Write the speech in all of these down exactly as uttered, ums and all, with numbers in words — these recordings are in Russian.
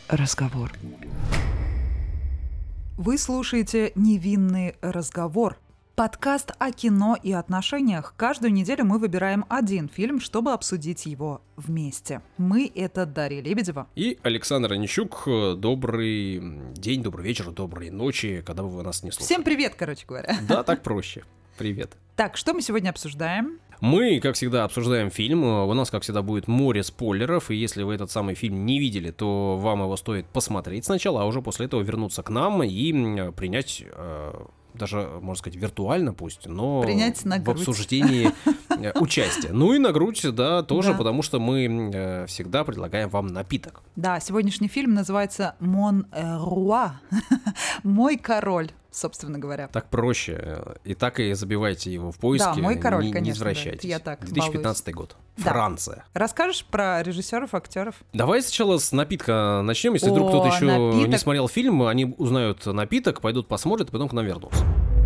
разговор. Вы слушаете «Невинный разговор». Подкаст о кино и отношениях. Каждую неделю мы выбираем один фильм, чтобы обсудить его вместе. Мы — это Дарья Лебедева и Александр Онищук. Добрый день, добрый вечер, доброй ночи, когда бы вы нас не слушали. Всем привет, короче говоря. Да, так проще. Привет. Так, что мы сегодня обсуждаем? Мы, как всегда, обсуждаем фильм. У нас, как всегда, будет море спойлеров, и если вы этот самый фильм не видели, то вам его стоит посмотреть сначала, а уже после этого вернуться к нам и принять... даже, можно сказать, виртуально пусть, но принять на в обсуждении участие. Ну и на грудь, да, тоже, да. Потому что мы э, всегда предлагаем вам напиток. Да, сегодняшний фильм называется «Mon roi», «Мой король», собственно говоря. Так проще. И так и забивайте его в поиске. Да, «Мой король», не, конечно. Не возвращайтесь. Да, я так две тысячи пятнадцатый балуюсь. Год. Да. Франция. Расскажешь про режиссеров, актеров? Давай сначала с напитка начнем. Если О, вдруг кто-то еще напиток. не смотрел фильм, они узнают напиток, пойдут посмотрят, и потом к нам вернутся.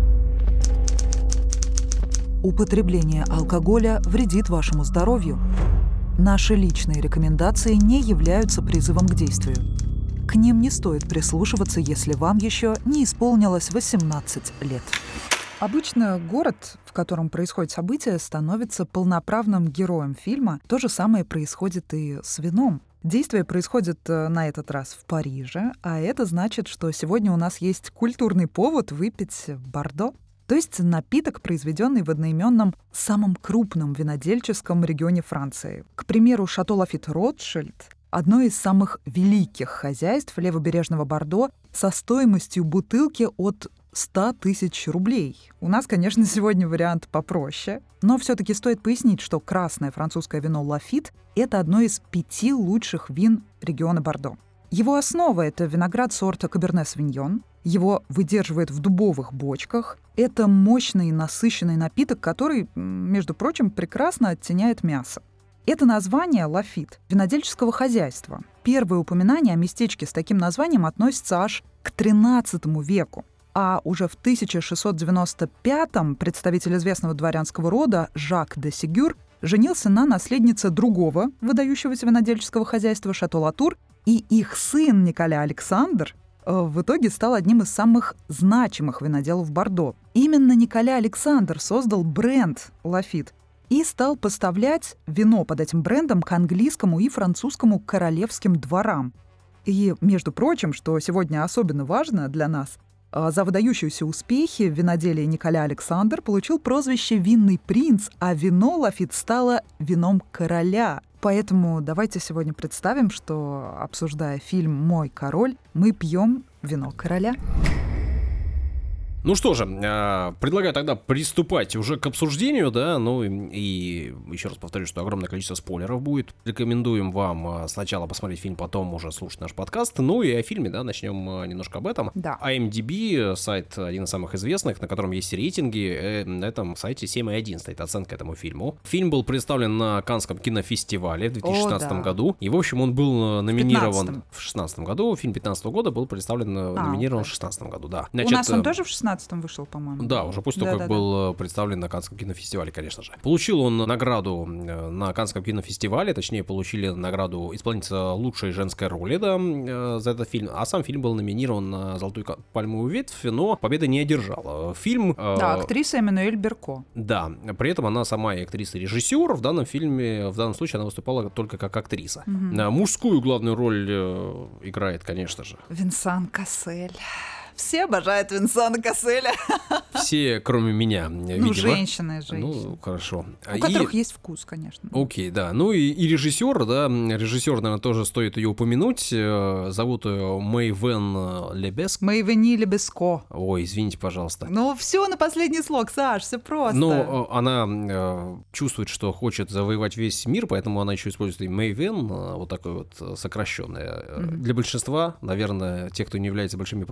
Употребление алкоголя вредит вашему здоровью. Наши личные рекомендации не являются призывом к действию. К ним не стоит прислушиваться, если вам еще не исполнилось восемнадцать лет. Обычно город, в котором происходит событие, становится полноправным героем фильма. То же самое происходит и с вином. Действие происходит на этот раз в Париже, а это значит, что сегодня у нас есть культурный повод выпить бордо. То есть напиток, произведенный в одноименном самом крупном винодельческом регионе Франции. К примеру, Шато Лафит Ротшильд — одно из самых великих хозяйств левобережного Бордо со стоимостью бутылки от сто тысяч рублей. У нас, конечно, сегодня вариант попроще, но все-таки стоит пояснить, что красное французское вино Лафит — это одно из пяти лучших вин региона Бордо. Его основа — это виноград сорта Каберне Совиньон. Его выдерживают в дубовых бочках. Это мощный и насыщенный напиток, который, между прочим, прекрасно оттеняет мясо. Это название «Лафит» винодельческого хозяйства. Первое упоминание о местечке с таким названием относится аж к тринадцатому веку. А уже в тысяча шестьсот девяносто пятом представитель известного дворянского рода Жак де Сигюр женился на наследнице другого выдающегося винодельческого хозяйства Шато Латур, и их сын Николя Александр в итоге стал одним из самых значимых виноделов Бордо. Именно Николя Александр создал бренд «Лафит» и стал поставлять вино под этим брендом к английскому и французскому королевским дворам. И, между прочим, что сегодня особенно важно для нас, за выдающиеся успехи в виноделии Николя Александр получил прозвище «Винный принц», а вино Лафит стало вином короля. Поэтому давайте сегодня представим, что, обсуждая фильм «Мой король», мы пьем вино короля. Ну что же, предлагаю тогда приступать уже к обсуждению, да, ну и еще раз повторю, что огромное количество спойлеров будет. Рекомендуем вам сначала посмотреть фильм, потом уже слушать наш подкаст. Ну и о фильме, да, начнем немножко об этом. Да. ай эм ди би, сайт один из самых известных, на котором есть рейтинги. На этом сайте семь и один стоит оценка этому фильму. Фильм был представлен на Каннском кинофестивале в две тысячи шестнадцатом О, да. году. И, в общем, он был номинирован в шестнадцатом году. Фильм пятнадцатого года был представлен, а, номинирован okay. в шестнадцатом году, да. Значит, у нас он тоже в шестнадцатом вышел, по-моему. Да, уже после того, да, как да, был да. представлен на Каннском кинофестивале, конечно же. Получил он награду на Каннском кинофестивале, точнее, получили награду исполнительница лучшей женской роли, да, за этот фильм, а сам фильм был номинирован на Золотую пальмовую ветвь, но победы не одержал. Фильм... Да, актриса Эммануэль Берко. Да, при этом она сама и актриса, и режиссер. В данном фильме, в данном случае она выступала только как актриса. Угу. Мужскую главную роль играет, конечно же, Винсан Кассель. Все обожают Винсана Касселя. Все, кроме меня, видимо. Ну, женщины, женщины. Ну, хорошо. У и... которых есть вкус, конечно. Окей, да. Ну и, и режиссер, да, режиссер, наверное, тоже стоит ее упомянуть. Зовут ее Мэйвен Лебеско. Мэйвени Лебеско. Ой, извините, пожалуйста. Ну, все на последний слог, Саш, все просто. Ну, она э, чувствует, что хочет завоевать весь мир, поэтому она еще использует и Мэйвен, вот такое вот сокращенное. Mm-hmm. Для большинства, наверное, тех, кто не является большими профессионалами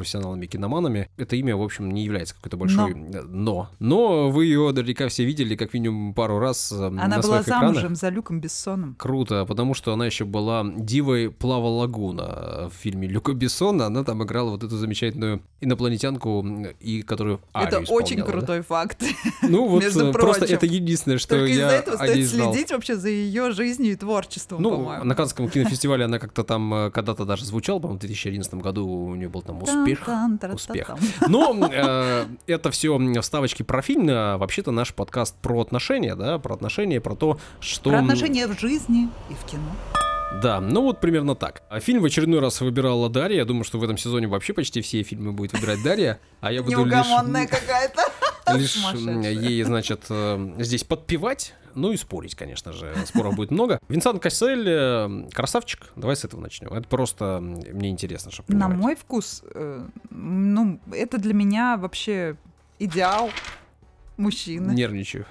киноманами. Это имя, в общем, не является какой-то большой... Но. Но. Но вы ее наверняка все видели как минимум пару раз она на своих экранах. Она была замужем за Люком Бессоном. Круто, потому что она еще была дивой Плава Лагуна в фильме Люка Бессона. Она там играла вот эту замечательную инопланетянку, и которую Арию Это исполняла, очень крутой да? факт. Ну вот Между просто прочим. Это единственное, что Только я из-за этого стоит знал. следить вообще за ее жизнью и творчеством, Ну, по-моему. на Каннском кинофестивале она как-то там когда-то даже звучала, по-моему, в две тысячи одиннадцатом году у нее был там успех. Успех. Но э, это все вставочки про фильм, а вообще-то наш подкаст про отношения, да, про отношения, про то, что... Про отношения в жизни и в кино. Да, ну вот примерно так. Фильм в очередной раз выбирала Дарья. Я думаю, что в этом сезоне вообще почти все фильмы будет выбирать Дарья. А я буду лишь... Неугомонная какая-то. Лишь ей, значит, здесь подпевать. Ну и спорить, конечно же. Споров будет много. Винсан Кассель красавчик. Давай с этого начнем. Это просто мне интересно, чтобы На мой вкус, э, ну, это для меня вообще идеал мужчины. Нервничаю.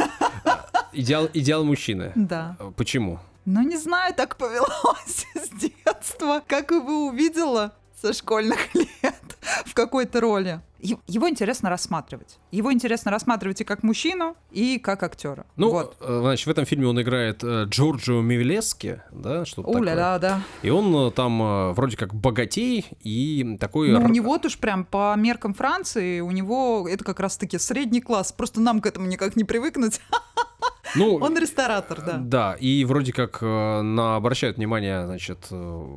Идеал, идеал мужчины. Да. Почему? Ну, не знаю, так повелось с детства. Как его увидела со школьных лет в какой-то роли. Его интересно рассматривать. Его интересно рассматривать и как мужчину, и как актера. Ну, вот. Значит, в этом фильме он играет Джорджио Мивелески, да, что-то такое. Уля-ля, да. И он там вроде как богатей и такой... Ну, у него уж прям по меркам Франции, у него это как раз-таки средний класс. Просто нам к этому никак не привыкнуть. Ну, он ресторатор, да. Да, и вроде как на обращают внимание, значит,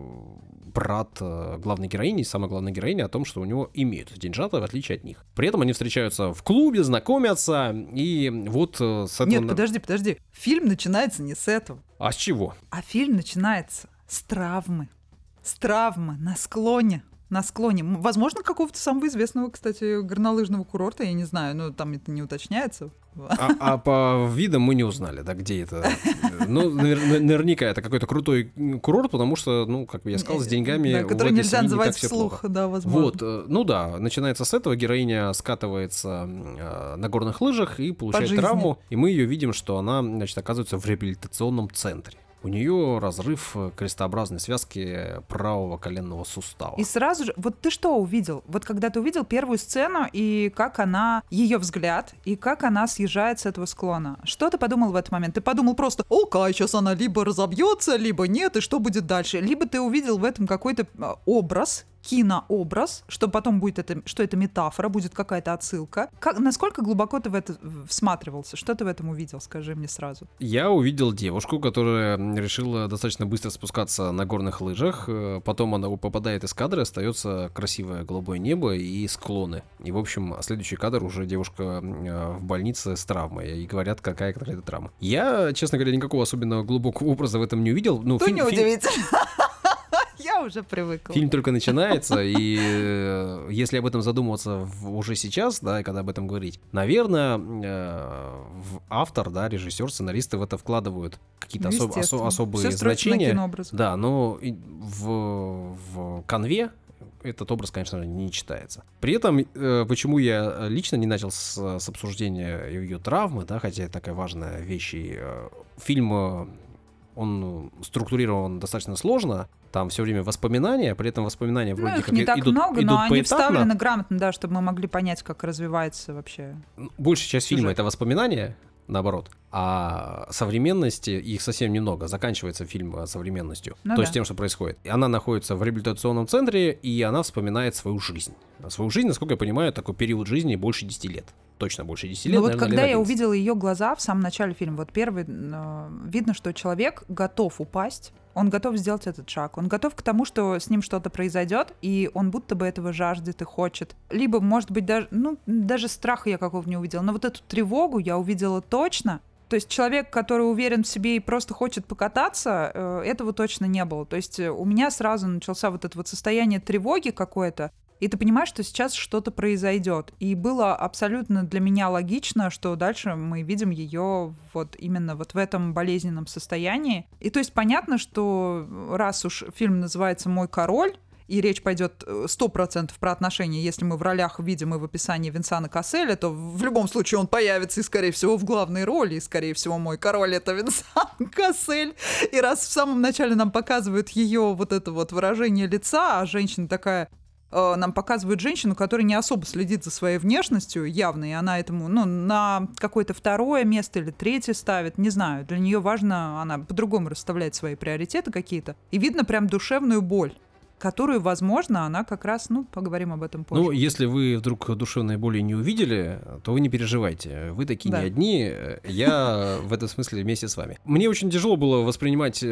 брат главной героини, самой главной героини, о том, что у него имеют деньжата, в отличие от них. При этом они встречаются в клубе, знакомятся, и вот с этого... Нет, подожди, подожди. Фильм начинается не с этого. А с чего? А фильм начинается с травмы. С травмы на склоне. На склоне. Возможно, какого-то самого известного, кстати, горнолыжного курорта, я не знаю, но там это не уточняется. А, а по видам мы не узнали, да, где это. Ну, навер- наверняка это какой-то крутой курорт, потому что, ну, как я сказал, с деньгами... Да, который нельзя называть вслух, да, возможно. Вот, ну да, начинается с этого, героиня скатывается э, на горных лыжах и получает травму, и мы ее видим, что она, значит, оказывается в реабилитационном центре. У нее разрыв крестообразной связки правого коленного сустава. И сразу же, вот ты что увидел? Вот когда ты увидел первую сцену, и как она, ее взгляд, и как она съезжает с этого склона. Что ты подумал в этот момент? Ты подумал просто, окей, сейчас она либо разобьется, либо нет, и что будет дальше? Либо ты увидел в этом какой-то образ, кинообраз, что потом будет это, что это метафора, будет какая-то отсылка. Как, насколько глубоко ты в это всматривался? Что ты в этом увидел? Скажи мне сразу. Я увидел девушку, которая решила достаточно быстро спускаться на горных лыжах. Потом она попадает из кадра, остается красивое голубое небо и склоны. И, в общем, следующий кадр уже девушка в больнице с травмой. И говорят, какая какая-то травма. Я, честно говоря, никакого особенного глубокого образа в этом не увидел. Ну, То фильм, неудивительно. Фильм... Я уже привыкла. Фильм только начинается, и э, если об этом задумываться в, уже сейчас, да, когда об этом говорить, наверное, э, автор, да, режиссер, сценаристы в это вкладывают какие-то ну, особ, осо, особые Все значения. Да, но в, в канве этот образ, конечно, не читается. При этом, э, почему я лично не начал с, с обсуждения ее травмы, да, хотя это такая важная вещь, и э, фильм... Э, он структурирован достаточно сложно, там все время воспоминания, при этом воспоминания вроде ну, их как не так идут, много, идут но поэтапно. Они вставлены грамотно, да, чтобы мы могли понять, как развивается вообще. Большая часть сюжет. фильма — это воспоминания, наоборот, а современности их совсем немного. Заканчивается фильм современностью, ну, то да. есть тем, что происходит. И она находится в реабилитационном центре, и она вспоминает свою жизнь. Свою жизнь, насколько я понимаю, такой период жизни больше десяти лет. Точно больше десяти лет, ну, вот наверное, когда лет я одиннадцать. увидела ее глаза в самом начале фильма, вот первый, э, видно, что человек готов упасть, он готов сделать этот шаг, он готов к тому, что с ним что-то произойдет, и он будто бы этого жаждет и хочет. Либо, может быть, даже, ну, даже страха я какого не увидела, но вот эту тревогу я увидела точно. То есть человек, который уверен в себе и просто хочет покататься, э, этого точно не было. То есть у меня сразу начался вот это вот состояние тревоги какое-то, и ты понимаешь, что сейчас что-то произойдет. И было абсолютно для меня логично, что дальше мы видим ее вот именно вот в этом болезненном состоянии. И то есть понятно, что раз уж фильм называется «Мой король», и речь пойдет сто процентов про отношения, если мы в ролях видим и в описании Винсана Касселя, то в любом случае он появится и, скорее всего, в главной роли, и, скорее всего, мой король — это Винсан Кассель. И раз в самом начале нам показывают ее вот это вот выражение лица, а женщина такая... э, нам показывают женщину, которая не особо следит за своей внешностью явно, и она этому, ну, на какое-то второе место или третье ставит, не знаю. Для нее важно, она по-другому расставляет свои приоритеты какие-то. И видно прям душевную боль, которую, возможно, она как раз, ну, поговорим об этом позже. Ну, если вы вдруг душевной боли не увидели, то вы не переживайте. Вы такие да. не одни, я в этом смысле вместе с вами. Мне очень тяжело было воспринимать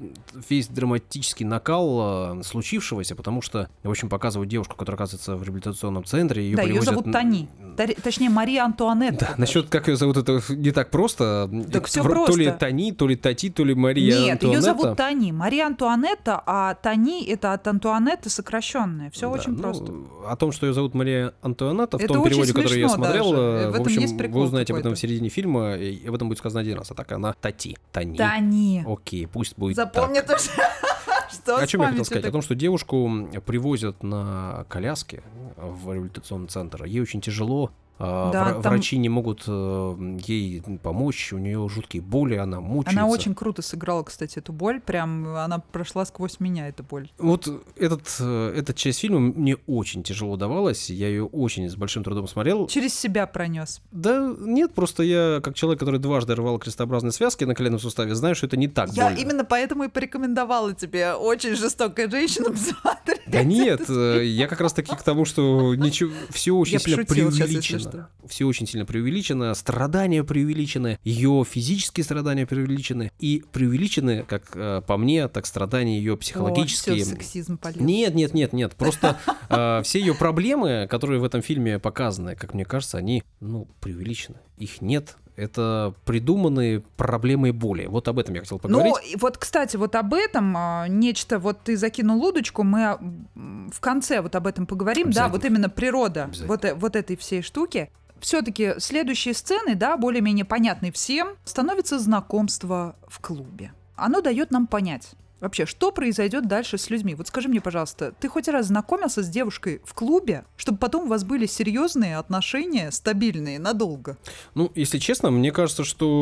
весь драматический накал случившегося, потому что, в общем, показывают девушку, которая оказывается в реабилитационном центре. Ее да, привозят... ее зовут Тани. Точнее, Мария Антуанетта. Да, насчет, как ее зовут, это не так просто. Так все то просто. То ли Тани, то ли Тати, то ли Мария Нет, Антуанетта. ее зовут Тани. Мария Антуанетта, а Тани — это от Антуанетта сокращенное. Все да, очень ну, просто. О том, что ее зовут Мария Антуанетта, в это том переводе, смешно, который я смотрел, даже. в, в общем, вы узнаете какой-то. об этом в середине фильма, и об этом будет сказано один раз. А так она Тати. Тани. Тани. Окей, пусть будет Запомни так. тоже. Что о чем я хотел сказать? Так? О том, что девушку привозят на коляске в реабилитационный центр. Ей очень тяжело. Да, в, там... Врачи не могут э, ей помочь, у нее жуткие боли, она мучается. Она очень круто сыграла, кстати, эту боль, прям она прошла сквозь меня, эта боль. Вот этот, эта часть фильма мне очень тяжело давалась, я ее очень с большим трудом смотрел. Через себя пронес. Да нет, просто я, как человек, который дважды рвал крестообразные связки на коленном суставе, знаю, что это не так я больно. Именно поэтому и порекомендовала тебе «Очень жестокая женщина» посмотреть. Да нет, я как раз таки к тому, что ничего, все очень я сильно пошутила, преувеличено. Сейчас, все очень сильно преувеличено, страдания преувеличены, ее физические страдания преувеличены, и преувеличены, как э, по мне, так страдания ее психологические. О, всё, сексизм полез. Нет, нет, нет, нет, просто э, все ее проблемы, которые в этом фильме показаны, как мне кажется, они, ну, преувеличены. Их нет. Это придуманные проблемы и боли. Вот об этом я хотел поговорить. Ну, вот, кстати, вот об этом, нечто, вот ты закинул удочку, мы в конце вот об этом поговорим. Да, вот именно природа вот, вот этой всей штуки. Все-таки следующие сцены, да, более-менее понятны всем, становится знакомство в клубе. Оно дает нам понять, вообще, что произойдет дальше с людьми? Вот скажи мне, пожалуйста, ты хоть раз знакомился с девушкой в клубе, чтобы потом у вас были серьезные отношения, стабильные, надолго? Ну, если честно, мне кажется,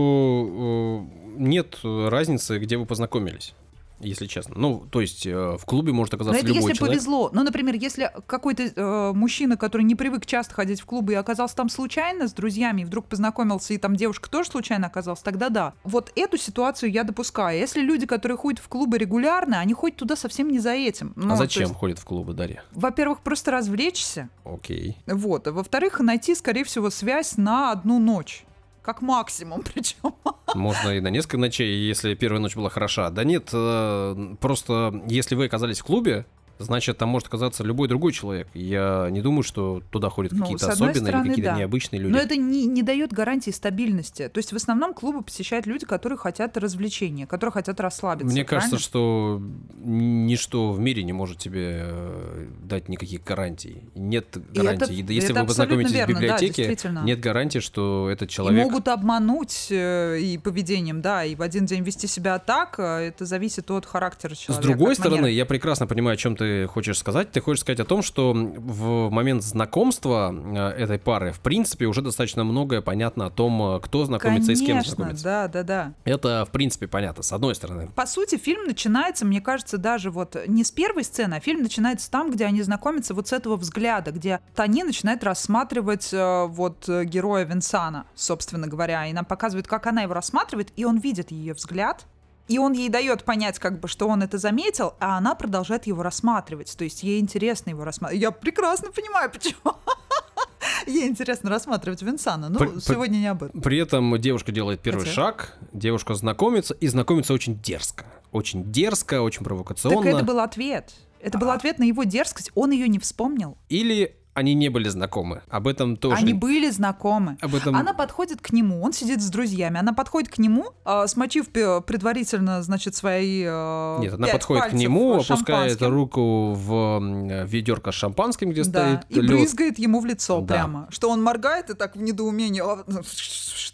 что э, нет разницы, где вы познакомились. Если честно. Ну, то есть э, в клубе может оказаться любой человек. Но это если повезло. Ну, например, если какой-то э, мужчина, который не привык часто ходить в клубы и оказался там случайно с друзьями, и вдруг познакомился, и там девушка тоже случайно оказалась, тогда да. Вот эту ситуацию я допускаю. Если люди, которые ходят в клубы регулярно, они ходят туда совсем не за этим. Ну, а зачем есть, ходят в клубы, Дарья? Во-первых, просто развлечься. Окей. Вот. А во-вторых, найти, скорее всего, связь на одну ночь. Как максимум, причем. Можно и на несколько ночей, если первая ночь была хороша. Да нет, просто если вы оказались в клубе, значит, там может оказаться любой другой человек. Я не думаю, что туда ходят ну, какие-то особенные стороны, или какие-то да. необычные люди. Но это не, не дает гарантии стабильности. То есть в основном клубы посещают люди, которые хотят развлечения, которые хотят расслабиться. Мне правильно? кажется, что ничто в мире не может тебе э, дать никаких гарантий. Нет гарантий. Это, Если это вы познакомитесь верно, в библиотеке, да, нет гарантии, что этот человек... И могут обмануть э, и поведением, да, и в один день вести себя так, это зависит от характера человека. С другой стороны, я прекрасно понимаю, о чем ты ты хочешь сказать? Ты хочешь сказать о том, что в момент знакомства этой пары, в принципе, уже достаточно многое понятно о том, кто знакомится Конечно, и с кем знакомится. Да, да, да. Это, в принципе, понятно, с одной стороны. По сути, фильм начинается, мне кажется, даже вот не с первой сцены, а фильм начинается там, где они знакомятся вот с этого взгляда, где Тани начинает рассматривать вот героя Винсана, собственно говоря, и нам показывают, как она его рассматривает, и он видит ее взгляд. И он ей дает понять, как бы, что он это заметил, а она продолжает его рассматривать. То есть ей интересно его рассматривать. Я прекрасно понимаю, почему. Ей интересно рассматривать Винсана. Ну, при, сегодня не об этом. При этом девушка делает первый Хотя... шаг, девушка знакомится, и знакомится очень дерзко. Очень дерзко, очень провокационно. Так это был ответ. Это а... был ответ на его дерзкость. Он ее не вспомнил. Или... Они не были знакомы. Об этом тоже... Они были знакомы. Об этом... Она подходит к нему, он сидит с друзьями. Она подходит к нему, э, смочив предварительно, значит, свои э, Нет, она подходит к нему, опускает руку в ведерко с шампанским, где да, стоит и лед. брызгает ему в лицо да. прямо. Что он моргает и так в недоумении...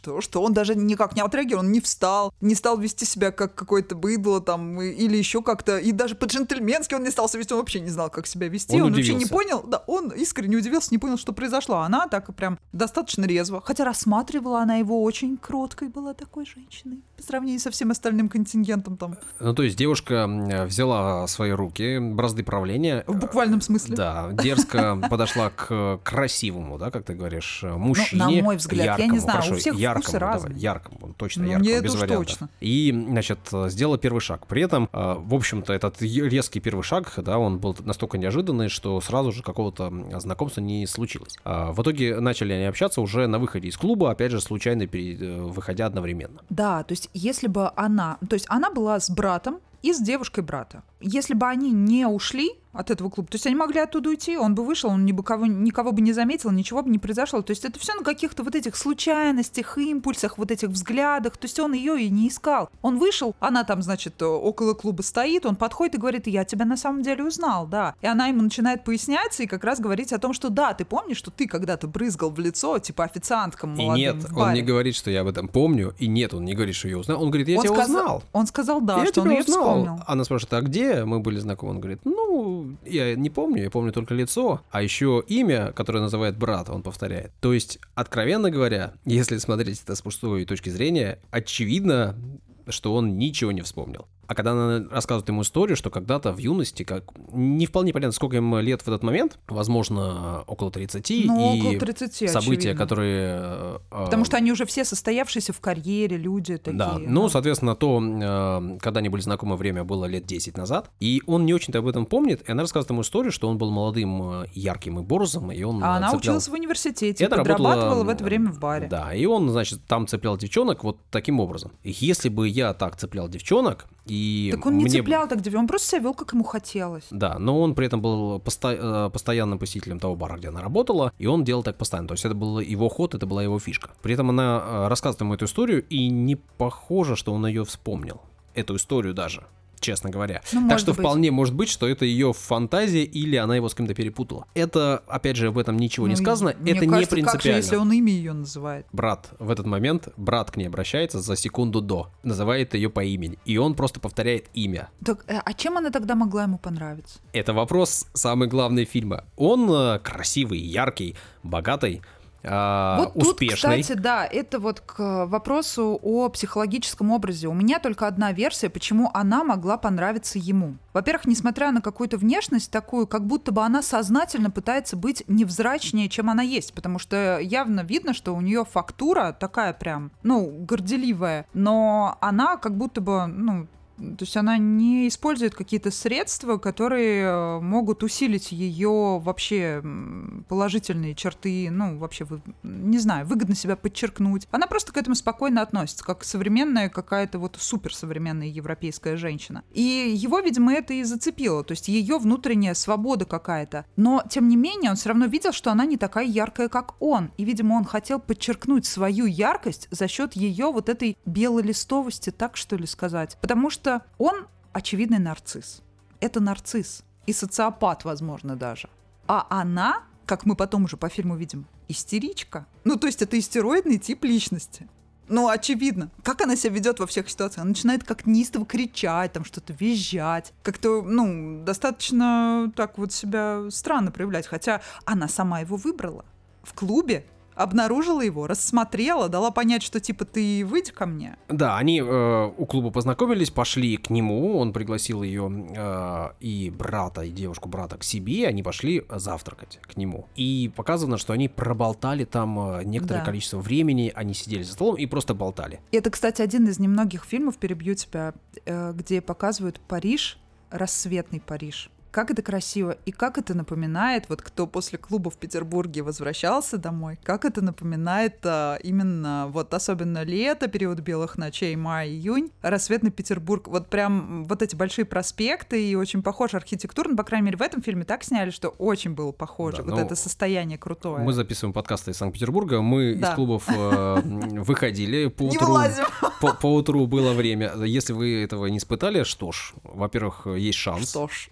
что, что он даже никак не отреагировал, он не встал, не стал вести себя как какое-то быдло там, или еще как-то, и даже по-джентльменски он не стал себя вести, он вообще не знал, как себя вести, он, он вообще не понял, да, он искренне удивился, не понял, что произошло. Она так и прям достаточно резво, хотя рассматривала она его очень кроткой, была такой женщиной, по сравнению со всем остальным контингентом там. Ну, то есть девушка взяла в свои руки бразды правления. В буквальном смысле. Да, дерзко подошла к красивому, да, как ты говоришь, мужчине. Ну, на мой взгляд, яркому, я не знаю, хорошо, у всех яркому, вкусы разные. Давай, яркому, точно Ну, яркому, нет, без уж вариантов. точно. И, значит, сделала первый шаг. При этом, в общем-то, этот резкий первый шаг, да, он был настолько неожиданный, что сразу же какого-то знакомства не случилось. В итоге начали они общаться уже на выходе из клуба, опять же, случайно перед, выходя одновременно. Да, то есть если бы она... То есть она была с братом и с девушкой брата. Если бы они не ушли от этого клуба, то есть они могли оттуда уйти, он бы вышел, он никого, никого бы не заметил, ничего бы не произошло. То есть это все на каких-то вот этих случайностях, импульсах, вот этих взглядах. То есть он ее и не искал. Он вышел, она там, значит, около клуба стоит, он подходит и говорит: я тебя на самом деле узнал, да. И она ему начинает поясняться и как раз говорить о том, что да, ты помнишь, что ты когда-то брызгал в лицо, типа официанткам молодым и нет, в баре. Он не говорит, что я об этом помню, и нет, он не говорит, что я узнал. Он говорит: я он тебя сказал, узнал. Он сказал, да, я что он ее узнал. вспомнил. Она спрашивает: а где мы были знакомы? Он говорит: ну, я не помню, я помню только лицо, а еще имя, которое называет брат, он повторяет. То есть, откровенно говоря, если смотреть это с мужской точки зрения, очевидно, что он ничего не вспомнил. А когда она рассказывает ему историю, что когда-то в юности, как не вполне понятно, сколько им лет в этот момент, возможно, около тридцати, ну, и около тридцати, события, очевидно. которые... Потому что они уже все состоявшиеся в карьере, люди такие. Да, ну, соответственно, то, когда они были знакомы, время было лет десять назад, и он не очень-то об этом помнит, и она рассказывает ему историю, что он был молодым, ярким и борзым, и он А она цеплял... училась в университете, это подрабатывала работало... в это время в баре. Да, и он, значит, там цеплял девчонок вот таким образом. Если бы я так цеплял девчонок, и так он не мне... цеплял так девчонок, он просто себя вел, как ему хотелось. Да, но он при этом был посто... постоянным посетителем того бара, где она работала, и он делал так постоянно. То есть это был его ход, это была его фишка. При этом она рассказывает ему эту историю, и не похоже, что он ее вспомнил. Эту историю даже, честно говоря. Ну, так что быть. вполне может быть, что это ее фантазия, или она его с кем-то перепутала. Это, опять же, об этом ничего ну, не сказано, мне это кажется, не принципиально. Как же, если он имя ее называет? Брат в этот момент, брат к ней обращается за секунду до, называет ее по имени, и он просто повторяет имя. Так, а чем она тогда могла ему понравиться? Это вопрос самый главный фильма. Он э, красивый, яркий, богатый, э, вот тут, успешный. Кстати, да, это вот к вопросу о психологическом образе. У меня только одна версия, почему она могла понравиться ему. Во-первых, несмотря на какую-то внешность такую, как будто бы она сознательно пытается быть невзрачнее, чем она есть, потому что явно видно, что у нее фактура такая прям, ну, горделивая, но она как будто бы, ну, то есть она не использует какие-то средства, которые могут усилить ее вообще положительные черты, ну, вообще, не знаю, выгодно себя подчеркнуть. Она просто к этому спокойно относится, как современная какая-то вот суперсовременная европейская женщина. И его, видимо, это и зацепило, то есть ее внутренняя свобода какая-то. Но, тем не менее, он все равно видел, что она не такая яркая, как он. И, видимо, он хотел подчеркнуть свою яркость за счет ее вот этой белолистовости, так что ли сказать. Потому что он очевидный нарцисс. Это нарцисс. И социопат, возможно, даже. А она, как мы потом уже по фильму видим, истеричка. Ну, то есть это истероидный тип личности. Ну, очевидно. Как она себя ведет во всех ситуациях? Она начинает как неистово кричать, там что-то визжать. Как-то, ну, достаточно так вот себя странно проявлять. Хотя она сама его выбрала. В клубе. Обнаружила его, рассмотрела, дала понять, что типа ты выйди ко мне. Да, они э, у клуба познакомились, пошли к нему, он пригласил ее э, и брата, и девушку брата к себе, они пошли завтракать к нему. И показано, что они проболтали там некоторое да. количество времени, они сидели за столом и просто болтали. Это, кстати, один из немногих фильмов, перебью тебя, э, где показывают Париж, рассветный Париж. Как это красиво, и как это напоминает, вот кто после клуба в Петербурге возвращался домой, как это напоминает а, именно, вот особенно лето, период белых ночей, май, июнь, рассветный Петербург, вот прям вот эти большие проспекты, и очень похож архитектурно, по крайней мере, в этом фильме так сняли, что очень было похоже, да, вот это состояние крутое. Мы записываем подкасты из Санкт-Петербурга, мы да. из клубов э, выходили, по утру, не вылазим. По, по утру было время, если вы этого не испытали, что ж, во-первых, есть шанс, что ж. есть шанс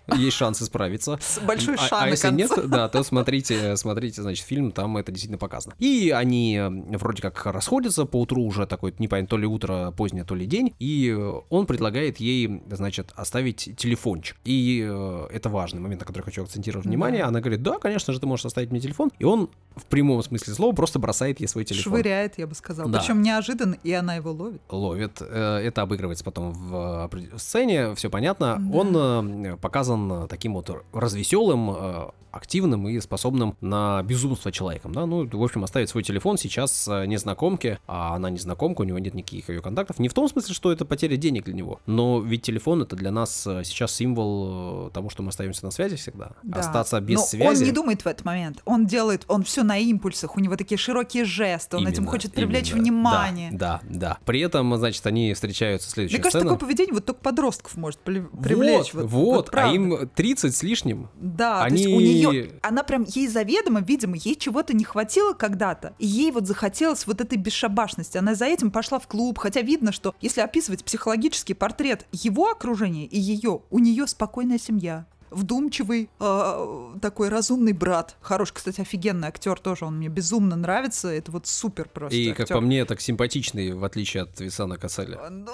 шансы справиться. С большой а, ша а на если конце. нет, да, то смотрите, смотрите, значит, фильм, там это действительно показано. И они вроде как расходятся, поутру уже такой, не понятно, то ли утро позднее, то ли день, и он предлагает ей, значит, оставить телефончик. И э, это важный момент, на который хочу акцентировать внимание. Да. Она говорит, да, конечно же, ты можешь оставить мне телефон. И он в прямом смысле слова просто бросает ей свой телефон. Швыряет, я бы сказала. Да. Причем неожиданно, и она его ловит. Ловит. Э, Это обыгрывается потом в опре- в сцене, все понятно. Да. Он э, показан таким вот развеселым, э, активным и способным на безумство человеком, да, ну, в общем, оставить свой телефон сейчас э, незнакомке, а она незнакомка, у него нет никаких ее контактов, не в том смысле, что это потеря денег для него, но ведь телефон — это для нас э, сейчас символ э, того, что мы остаемся на связи всегда, Да. остаться без Но связи. он не думает в этот момент. Он делает, он все на импульсах, у него такие широкие жесты, он этим Именно, хочет привлечь именно. внимание. Да, да, да. При этом, значит, они встречаются, следующая Мне кажется, сцена. такое поведение вот только подростков может при- привлечь. Вот, Вот, вот, вот а правда. им тридцать с лишним. Да, Они- то есть у нее, она прям, ей заведомо, видимо, ей чего-то не хватило когда-то, и ей вот захотелось вот этой бесшабашности. Она за этим пошла в клуб, хотя видно, что если описывать психологический портрет его окружения и ее, у нее спокойная семья. Вдумчивый, э, такой разумный брат. Хороший, кстати, офигенный актер тоже, он мне безумно нравится. Это вот супер просто И, актер. как по мне, так симпатичный, в отличие от Висана Касселя. Ну,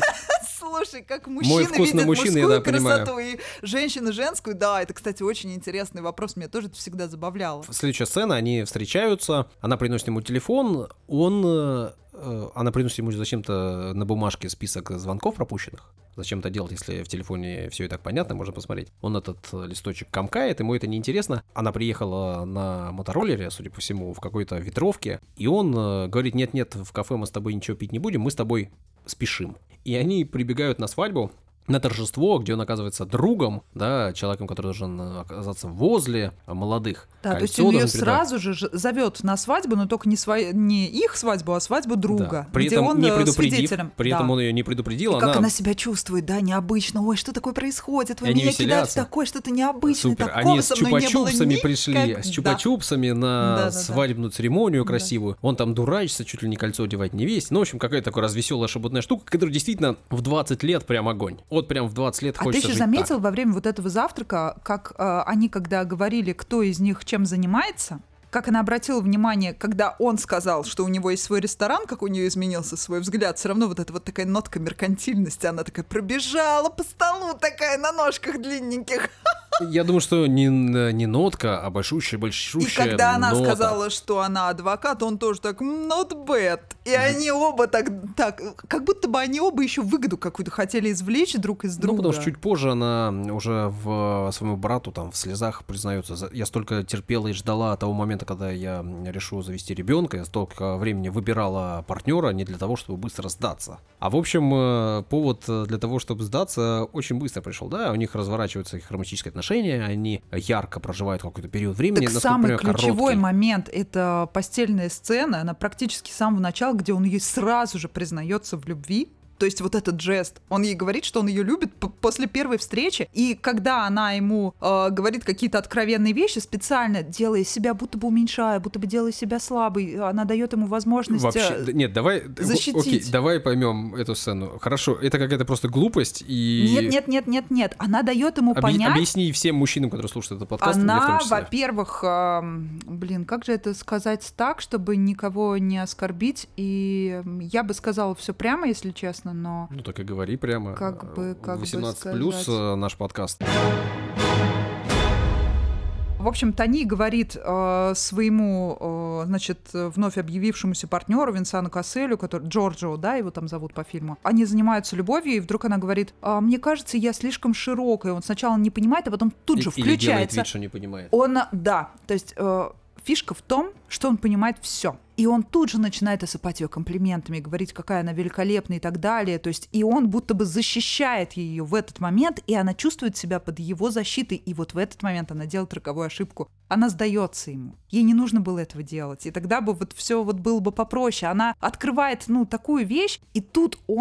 слушай, как Мой мужчина вкус на видит мужчин, я, мужскую да, понимаю. красоту и женщина женскую, да, это, кстати, очень интересный вопрос, меня тоже это всегда забавляло. Следующая сцена, они встречаются, она приносит ему телефон, он... э, э, Она приносит ему зачем-то на бумажке список звонков пропущенных. Зачем это делать, если в телефоне все и так понятно, можно посмотреть. Он этот э, листочек комкает, ему это неинтересно. Она приехала на мотороллере, судя по всему, в какой-то ветровке, и он э, говорит, нет-нет, в кафе мы с тобой ничего пить не будем, мы с тобой спешим. И они прибегают на свадьбу, на торжество, где он оказывается другом, да, человеком, который должен оказаться возле молодых. Да, то есть Кольцо он ее должен передавать. сразу же ж- зовет на свадьбу, но только не, свой, не их свадьбу, а свадьбу друга, Да. При где этом он не э, предупредив, свидетелем. при Да. этом он ее не предупредил, И она... как она себя чувствует, да, необычно. Ой, что такое происходит? Вы И они меня кидают в веселятся. такое, что-то необычное. Супер. Такого Они с со мной не было чупа-чупсами пришли, никогда. с чупа-чупсами на Да-да-да. свадебную церемонию Да. красивую. Он там дурачится, чуть ли не кольцо одевать невесте. Ну, в общем, какая-то такая развеселая шабутная штука, которая действительно в двадцать лет прям огонь. Вот прям в двадцать лет А ты хочется еще жить заметил так. во время вот этого завтрака, как э, они, когда говорили, кто из них чем занимается, как она обратила внимание, когда он сказал, что у него есть свой ресторан, как у нее изменился свой взгляд, все равно вот эта вот такая нотка меркантильности, она такая пробежала по столу, такая на ножках длинненьких. Я думаю, что не, не нотка, а большущая, большущая И когда она нота. сказала, что она адвокат, он тоже так not bad. И они оба так, так, как будто бы они оба еще выгоду какую-то хотели извлечь друг из друга. Ну, потому что чуть позже она уже в своему брату там в слезах признается. «За- Я столько терпела и ждала того момента, когда я решу завести ребенка, я столько времени выбирала партнера не для того, чтобы быстро сдаться. А в общем, э, повод для того, чтобы сдаться, очень быстро пришел, да, у них разворачиваются их романтические отношения, они ярко проживают какой-то период времени. Так насколько самый я понимаю, ключевой короткий. момент — это постельная сцена, она практически с самого начала, где он ей сразу же признается в любви. То есть вот этот жест, он ей говорит, что он ее любит п- после первой встречи, и когда она ему э, говорит какие-то откровенные вещи, специально делая себя, будто бы уменьшая, будто бы делая себя слабой, она дает ему возможность... Вообще, э, д- нет, давай, защитить. окей, давай поймем эту сцену. Хорошо, это какая-то просто глупость и... Нет, нет, нет, нет, нет, она дает ему Объ- понять... Объясни всем мужчинам, которые слушают этот подкаст, мне в том Она, числе. во-первых, эм, блин, как же это сказать так, чтобы никого не оскорбить, и м, я бы сказала все прямо, если честно, но... Ну так и говори прямо. Как бы, как бы восемнадцать плюс сказать. наш подкаст. В общем, Тони говорит э, своему, э, значит, вновь объявившемуся партнеру Винсану Касселю, который Джорджо, да, его там зовут по фильму. Они занимаются любовью, и вдруг она говорит: «А, мне кажется, я слишком широкая. Он сначала не понимает, а потом тут же И- Или делает включается. вид, что не понимает. Он, да, то есть э, фишка в том, что он понимает все. И он тут же начинает осыпать ее комплиментами, говорить, какая она великолепная и так далее. То есть и он будто бы защищает ее в этот момент, и она чувствует себя под его защитой. И вот в этот момент она делает роковую ошибку. Она сдается ему. Ей не нужно было этого делать. И тогда бы вот все вот было бы попроще. Она открывает, ну, такую вещь, и тут он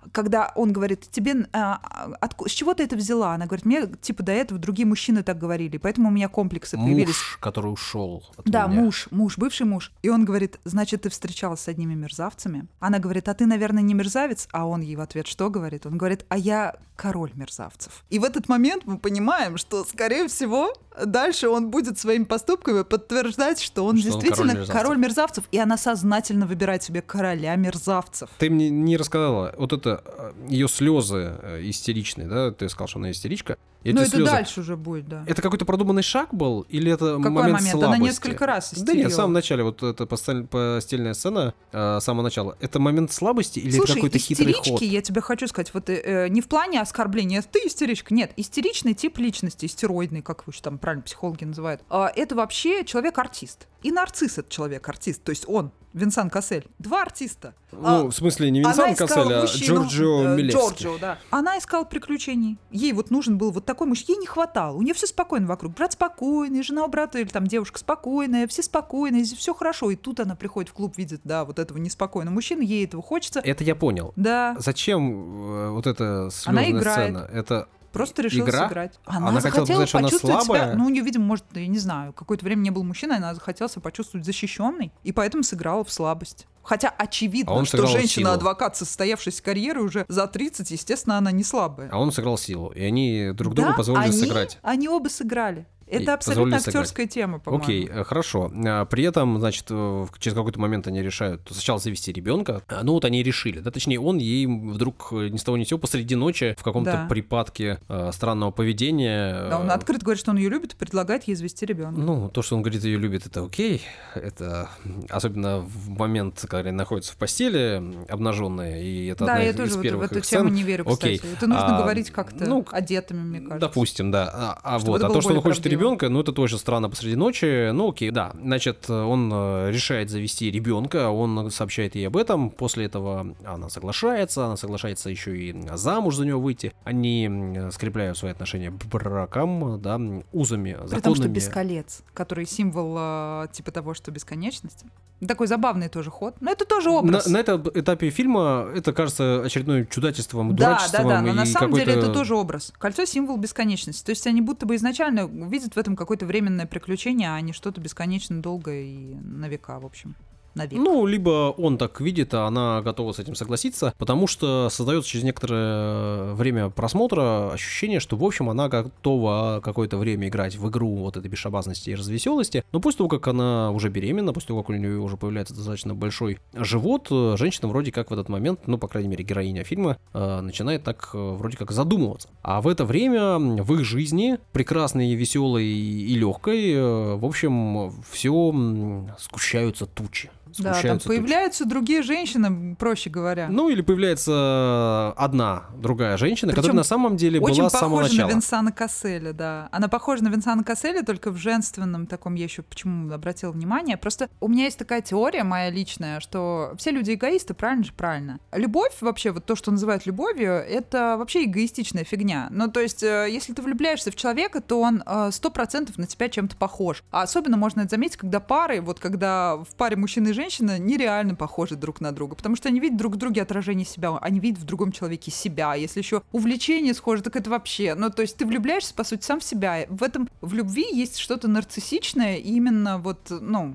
когда он говорит, тебе а, отку- с чего ты это взяла? Она говорит, мне типа до этого другие мужчины так говорили, поэтому у меня комплексы муж, появились. Муж, который ушел от Да, меня. муж, муж, бывший муж. И он говорит, значит, ты встречалась с одними мерзавцами? Она говорит, а ты, наверное, не мерзавец? А он ей в ответ что говорит? Он говорит, а я король мерзавцев. И в этот момент мы понимаем, что, скорее всего, дальше он будет своими поступками подтверждать, что он что действительно он король мерзавцев. король мерзавцев, и она сознательно выбирает себе короля мерзавцев. Ты мне не рассказала, вот это ее слезы истеричные, да? Ты сказал, что она истеричка. Ну, это слезы, дальше уже будет, да. это какой-то продуманный шаг был? Или это Какой момент, момент? слабости? Она несколько раз истерила. Да нет, в самом начале, вот эта постель, постельная сцена, э, с самого начала, это момент слабости или Слушай, это какой-то хитрый ход? истерички, я тебе хочу сказать, вот э, не в плане оскорбления, ты истеричка, нет, истеричный тип личности, истероидный, как вы там правильно психологи называют, э, это вообще человек-артист. И нарцисс — это человек-артист, то есть он, Винсан Кассель, два артиста. Ну, а, в смысле, не Винсан Кассель, а мужчину, Джорджио э, Милевский. Джорджио, да. Она искала приключений. Ей вот нужен был вот такой муж, ей не хватало. У нее все спокойно вокруг. Брат спокойный, жена у брата или там девушка спокойная, все спокойные, все хорошо. И тут она приходит в клуб, видит, да, вот этого неспокойного мужчину, ей этого хочется. Это я понял. Да. Зачем э, вот эта Она слезная играет. сцена? Это Просто решила игра? сыграть. Она, Она хотела захотела сказать, что она почувствовать слабая? себя, ну, у нее, видимо, может, я не знаю, какое-то время не был мужчиной, она захотела себя почувствовать защищенной, и поэтому сыграла в слабость. Хотя очевидно, А он что сыграл женщина-адвокат, состоявшаяся карьерой уже за тридцать, естественно, она не слабая. А он сыграл силу, и они друг другу Да, позволили они, сыграть. они оба сыграли. И Это абсолютно позволили сыграть. актерская тема, по-моему. Окей, э, хорошо. А, При этом, значит, э, через какой-то момент они решают сначала завести ребенка. А, Ну вот они и решили, да, точнее, он ей вдруг э, ни с того ни с сего посреди ночи в каком-то Да. припадке э, странного поведения. Да, он э, открыто говорит, что он ее любит и предлагает ей завести ребенка. Ну, то, что он говорит, ее любит, это окей. Это особенно в момент, когда они находятся в постели, обнаженные, и это Да, одна я из, тоже из вот первых в эту их тему сцен. не верю, кстати. Окей. Это нужно А, говорить как-то ну, одетыми, мне кажется. Допустим, да. А, а Чтобы вот, это а было то, что он более хочет правдиво. ребенка, ну это тоже странно посреди ночи. Ну окей, да. Значит, он э, решает завести ребенка, он сообщает ей об этом. После этого она соглашается, она соглашается еще и замуж за него выйти. Они м, скрепляют свои отношения браком, да, узами, законными. При том, что без колец, который символ э, типа того, что бесконечности. Такой забавный тоже ход. Но это тоже образ. На, на этом этапе фильма это кажется очередным чудачеством, Да, дурачеством. да, да, но и на самом деле какой-то- это тоже образ. Кольцо — символ бесконечности. То есть они будто бы изначально видят в этом какое-то временное приключение, а не что-то бесконечно долгое и на века, в общем. Навек. Ну, либо он так видит, а она готова с этим согласиться, потому что создается через некоторое время просмотра ощущение, что, в общем, она готова какое-то время играть в игру вот этой бесшабасности и развеселости, но после того, как она уже беременна, после того, как у нее уже появляется достаточно большой живот, женщина вроде как в этот момент, ну, по крайней мере, героиня фильма, э, начинает так э, вроде как задумываться. А в это время в их жизни, прекрасной, веселой и легкой, э, в общем, все сгущаются тучи. Да, там Сгущаются тучи. появляются другие женщины, проще говоря. Ну, или появляется одна другая женщина, Причем которая на самом деле Очень была с самого похожа начала. на Винсана Касселя, да. Она похожа на Винсана Касселя, только в женственном таком, я еще почему обратила внимание. Просто у меня есть такая теория моя личная, что все люди эгоисты, правильно же? Правильно. Любовь вообще, вот то, что называют любовью, это вообще эгоистичная фигня. Ну, то есть, э, если ты влюбляешься в человека, то он сто процентов на тебя чем-то похож. А особенно можно это заметить, когда пары, вот когда в паре мужчина и женщина нереально похожи друг на друга, потому что они видят друг в друге отражение себя, они видят в другом человеке себя. Если еще увлечение схоже, так это вообще... Ну, то есть ты влюбляешься, по сути, сам в себя. В этом, в любви есть что-то нарциссичное, и именно вот, ну,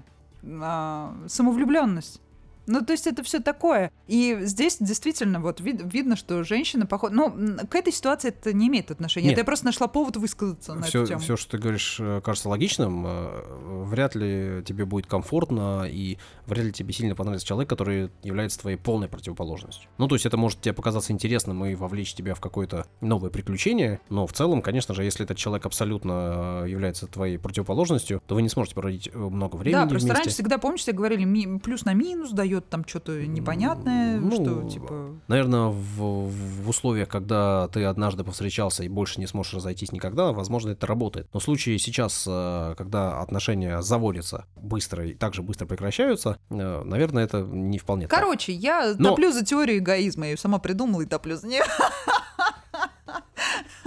а, самовлюбленность. Ну, то есть это все такое. И здесь действительно вот вид- видно, что женщина похожа... Ну, м, к этой ситуации это не имеет отношения. Нет. Это я просто нашла повод высказаться на Все, эту тему. все, что ты говоришь, э, кажется логичным. э, Вряд ли тебе будет комфортно, и вряд ли тебе сильно понравится человек, который является твоей полной противоположностью. Ну, то есть это может тебе показаться интересным и вовлечь тебя в какое-то новое приключение, но в целом, конечно же, если этот человек абсолютно э, является твоей противоположностью, то вы не сможете проводить э, много времени Да, просто вместе. раньше всегда, помнишь, тебе говорили, ми- плюс на минус дает там что-то непонятное, Ну, что типа... Наверное, в, в условиях, когда ты однажды повстречался и больше не сможешь разойтись никогда, возможно, это работает. Но в случае сейчас, э, когда отношения заводятся быстро и также быстро прекращаются, э, наверное, это не вполне так. Короче, я Но- топлю за теорию эгоизма, я ее сама придумала и топлю за нее.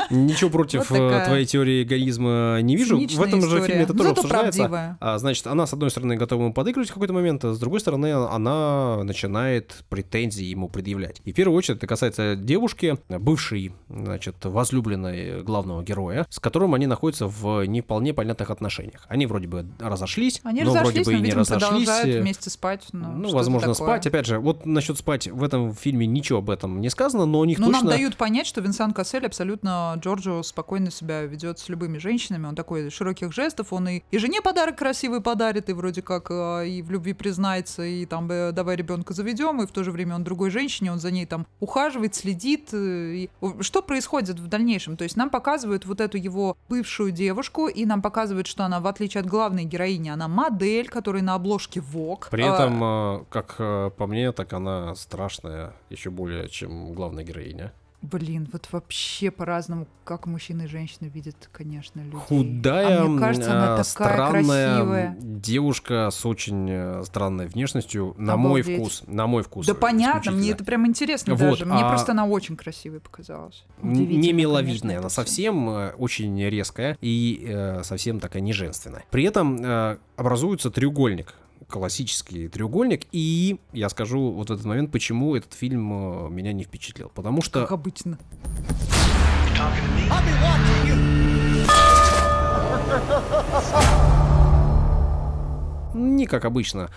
Ничего против Вот твоей теории эгоизма не вижу. Циничная В этом же история. фильме это тоже Зато обсуждается. правдивая. А, значит, она, с одной стороны, готова ему подыгрывать в какой-то момент, а с другой стороны, она начинает претензии ему предъявлять. И в первую очередь это касается девушки, бывшей, значит, возлюбленной главного героя, с которым они находятся в не вполне понятных отношениях. Они вроде бы разошлись, Они но разошлись, вроде бы но, и не видимо, разошлись. продолжают вместе спать. Ну, Ну, что-то возможно, такое. спать. Опять же, вот насчет спать в этом фильме ничего об этом не сказано, но у них Ну, точно... нам дают понять, что Винсан Кассель абсолютно Джорджо спокойно себя ведет с любыми женщинами. Он такой широких жестов, он и, и жене подарок красивый подарит, и вроде как э, и в любви признается, и там э, давай ребенка заведем, и в то же время он другой женщине, он за ней там ухаживает, следит. э, И... Что происходит в дальнейшем? То есть нам показывают вот эту его бывшую девушку, и нам показывают, что она, в отличие от главной героини, она модель, которая на обложке Vogue. При А, этом, э, как э, по мне, так она страшная еще более, чем главная героиня. Блин, вот вообще по-разному, как мужчины и женщины видят, конечно, людей. Худая, а мне кажется, она э, такая странная красивая. девушка с очень э, странной внешностью, на мой Обалдеть. вкус. На мой вкус. Да понятно, мне исключительно. это прям интересно Вот, даже. Мне а- просто она очень красивой показалась. Н- Удивительно, не конечно, миловидная, это она всё. совсем э, очень резкая и э, совсем такая неженственная. При этом э, образуется треугольник, классический треугольник, и я скажу вот в этот момент, почему этот фильм э, меня не впечатлил. Потому что... Как обычно. Не как обычно,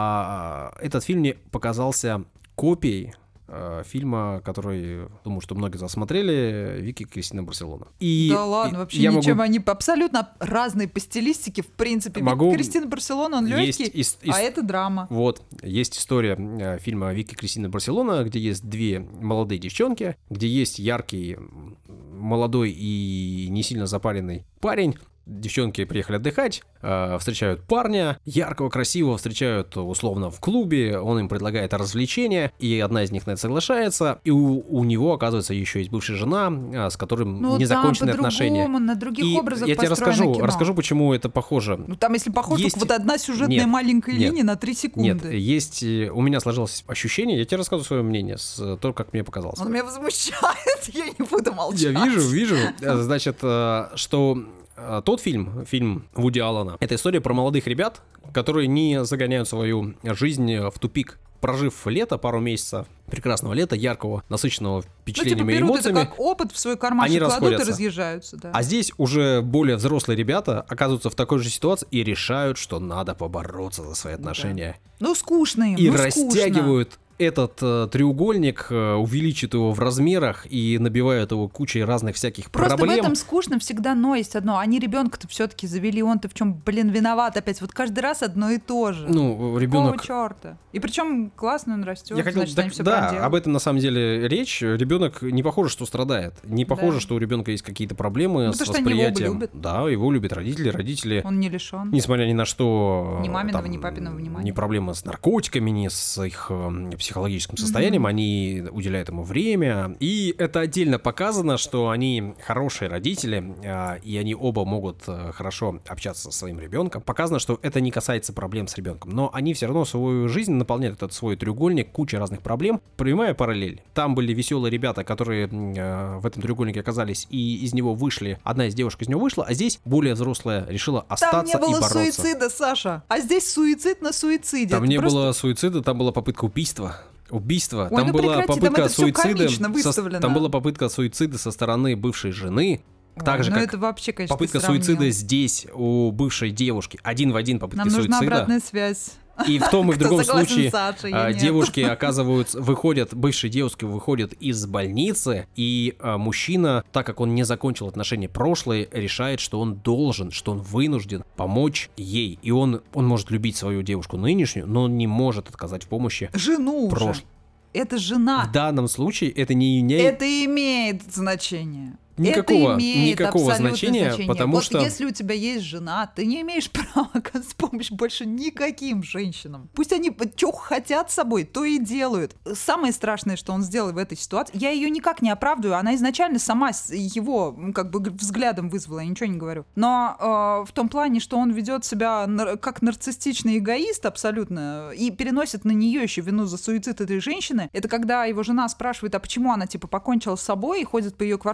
а этот фильм мне показался копией э, фильма, который, думаю, что многие из вас смотрели, «Вики Кристина Барселона». И Да ладно, и вообще я ничем. могу- Они абсолютно разные по стилистике, в принципе. Ведь Могу- Кристина Барселона, он Есть легкий, ис- ис- а это драма. Вот, есть история э, фильма «Вики Кристина Барселона», где есть две молодые девчонки, где есть яркий, м, молодой и не сильно запаренный парень. Девчонки приехали отдыхать, э, встречают парня, яркого, красивого, встречают условно в клубе, он им предлагает развлечения, и одна из них на это соглашается, и у, у него, оказывается, еще есть бывшая жена, э, с которым Ну незаконченные там отношения. по-другому, на других И образах я тебе построено расскажу, кино. расскажу, почему это похоже. Ну там, если похоже, Есть- только вот одна сюжетная Нет, маленькая нет, линия на три секунды. Нет, есть, э, у меня сложилось ощущение, я тебе рассказываю свое мнение, с э, то, как мне показалось. Он меня возмущает, я не буду молчать. Я вижу, вижу, э, значит, э, что э, тот фильм, фильм Вуди Аллена, это история про молодых ребят, которые не загоняют свою жизнь в тупик. Прожив лето, пару месяцев прекрасного лета, яркого, насыщенного Ну, типа, впечатлениями и берут эмоциями, это как опыт в свой кармашек, они кладут расходятся. и разъезжаются, да. а здесь уже более взрослые ребята оказываются в такой же ситуации и решают, что надо побороться за свои отношения. Ну, скучно им, И ну, растягивают этот э, треугольник, э, увеличивают его в размерах и набивают его кучей разных всяких Просто проблем. в этом скучно всегда, но есть одно. Они ребенка-то все-таки завели, он-то в чем, блин, виноват опять. Вот каждый раз одно и то же. Ну, ребенок... Какого черта? И причем классно он растет, Я хотел, значит, так, они все да, проделают. об этом на самом деле речь. Ребенок не похоже, что страдает. Не похоже, Да. что у ребенка есть какие-то проблемы Ну, с потому что они его оба восприятием. любят. Да, его любят родители, родители. Он не лишен. Несмотря ни на что, Ни маминого, там, ни папиного внимания. ни проблемы с наркотиками, ни с их э, психологическим состоянием, они уделяют ему время. И это отдельно показано, что они хорошие родители, э, и они оба могут э, хорошо общаться со своим ребенком. Показано, что это не касается проблем с ребенком, но они все равно свою жизнь наполняют этот свой треугольник кучей разных проблем. Прямая параллель. Там были веселые ребята, которые э, в этом треугольнике оказались, и из него вышли. Одна из девушек из него вышла, а здесь более взрослая решила остаться Там не и было бороться. суицида, Саша. А здесь суицид на суициде. Там Это не просто- было суицида, там была попытка убийства. Убийство. Ой, там ну была прекрати, там попытка это всё суицида. комично со- выставлено. Там была попытка суицида со стороны бывшей жены. Ой, Так же, ну как это вообще, конечно, попытка ты сравнил. суицида здесь у бывшей девушки. Один в один попытки Нам нужна суицида. обратная связь. И в том и в Кто другом согласен, случае Саша, я а, нет. девушки оказываются, выходят, бывшие девушки выходят из больницы, и а, мужчина, так как он не закончил отношения прошлые, решает, что он должен, что он вынужден помочь ей. И он, он может любить свою девушку нынешнюю, но он не может отказать в помощи. Жену уже. Прошлое. Это жена. В данном случае это не не- Это имеет значение. Никакого- это имеет никакого абсолютное значения, значение. потому вот что- если у тебя есть жена, ты не имеешь права оказать помощь больше никаким женщинам. Пусть они что хотят с собой, то и делают. Самое страшное, что он сделал в этой ситуации, я ее никак не оправдываю, она изначально сама с- его м, как бы взглядом вызвала, я ничего не говорю. Но э, в том плане, что он ведет себя нар- как нарциссичный эгоист абсолютно и переносит на нее еще вину за суицид этой женщины, это когда его жена спрашивает, а почему она типа покончила с собой и ходит по ее квартире и видит,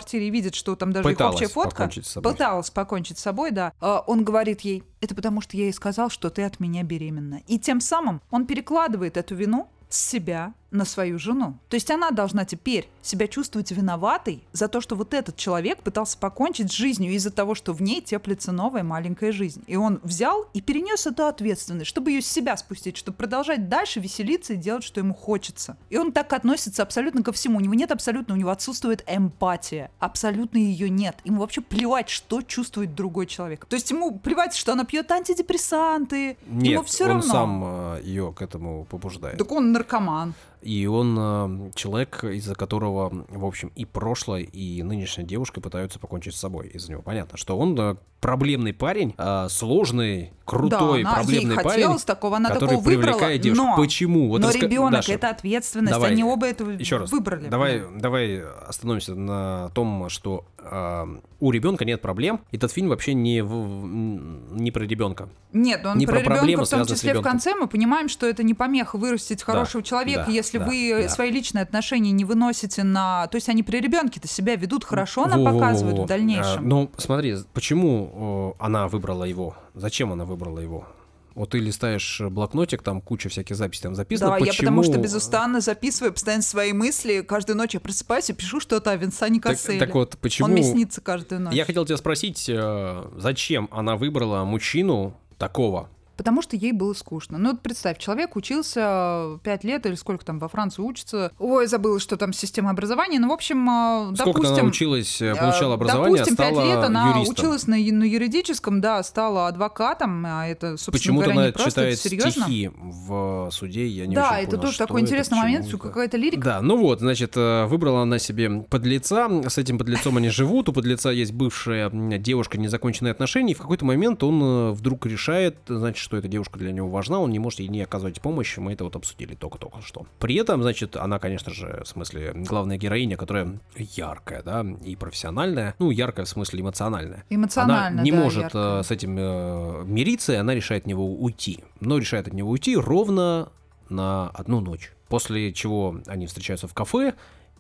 видит, что там даже их общая фотка. Пыталась покончить с собой, да. Он говорит ей: это потому что я ей сказал, что ты от меня беременна. И тем самым он перекладывает эту вину с себя на свою жену. То есть она должна теперь себя чувствовать виноватой за то, что вот этот человек пытался покончить с жизнью из-за того, что в ней теплится новая маленькая жизнь. И он взял и перенес эту ответственность, чтобы ее с себя спустить, чтобы продолжать дальше веселиться и делать, что ему хочется. И он так относится абсолютно ко всему. У него нет абсолютно, у него отсутствует эмпатия. Абсолютно ее нет. Ему вообще плевать, что чувствует другой человек. То есть ему плевать, что она пьет антидепрессанты. Нет, ему все он равно. сам э, ее к этому побуждает. Так он наркоман. И он э, человек, из-за которого, в общем, и прошлое, и нынешняя девушка пытаются покончить с собой из-за него. Понятно, что он э, проблемный парень, э, сложный, крутой, да, она, проблемный ей парень, такого, она который такого выбрала, привлекает девушку. Но, Почему? Вот но раска... ребенок Даша, это ответственность, давай, они оба этого еще раз, выбрали. Давай, давай остановимся на том, что э, у ребенка нет проблем. Этот фильм вообще не, в, не про ребенка. Нет, он не про, про ребенка, в том числе в конце мы понимаем, что это не помеха вырастить хорошего да, человека, да, если да, вы да. свои личные отношения не выносите на... То есть они при ребенке-то себя ведут хорошо, она Во, показывает во, во. в дальнейшем. А, ну, смотри, почему э, она выбрала его? Зачем она выбрала его? Вот ты листаешь блокнотик, там куча всяких записей там записано. Да, почему... я потому что безустанно записываю постоянно свои мысли. Каждую ночь я просыпаюсь и пишу что-то о Винсане Касселе. Так, так вот, почему... Он мне снится каждую ночь. Я хотел тебя спросить, зачем она выбрала мужчину такого? Потому что ей было скучно. Ну, вот представь, человек учился пять лет или сколько там во Франции учится. Ой, забыла, что там система образования. Ну, в общем, сколько допустим... она училась, получала образование, допустим, стала пять лет она юристом. училась на, на юридическом, да, стала адвокатом, а это, собственно Почему-то говоря, она не просто, читает это серьезно. стихи в суде, я не да, очень это понял, тоже такой это, интересный момент, что какая-то лирика. Да, ну вот, значит, выбрала она себе подлеца, с этим подлецом они живут, у подлеца есть бывшая девушка, незаконченные отношения, и в какой-то момент он вдруг решает, значит, что эта девушка для него важна, он не может ей не оказывать помощь, мы это вот обсудили только-только что. При этом, значит, она, конечно же, в смысле, главная героиня, которая яркая, да, и профессиональная, ну, яркая в смысле эмоциональная. Эмоционально, она не да, может яркая. с этим э, мириться, и она решает от него уйти. Но решает от него уйти ровно на одну ночь. После чего они встречаются в кафе,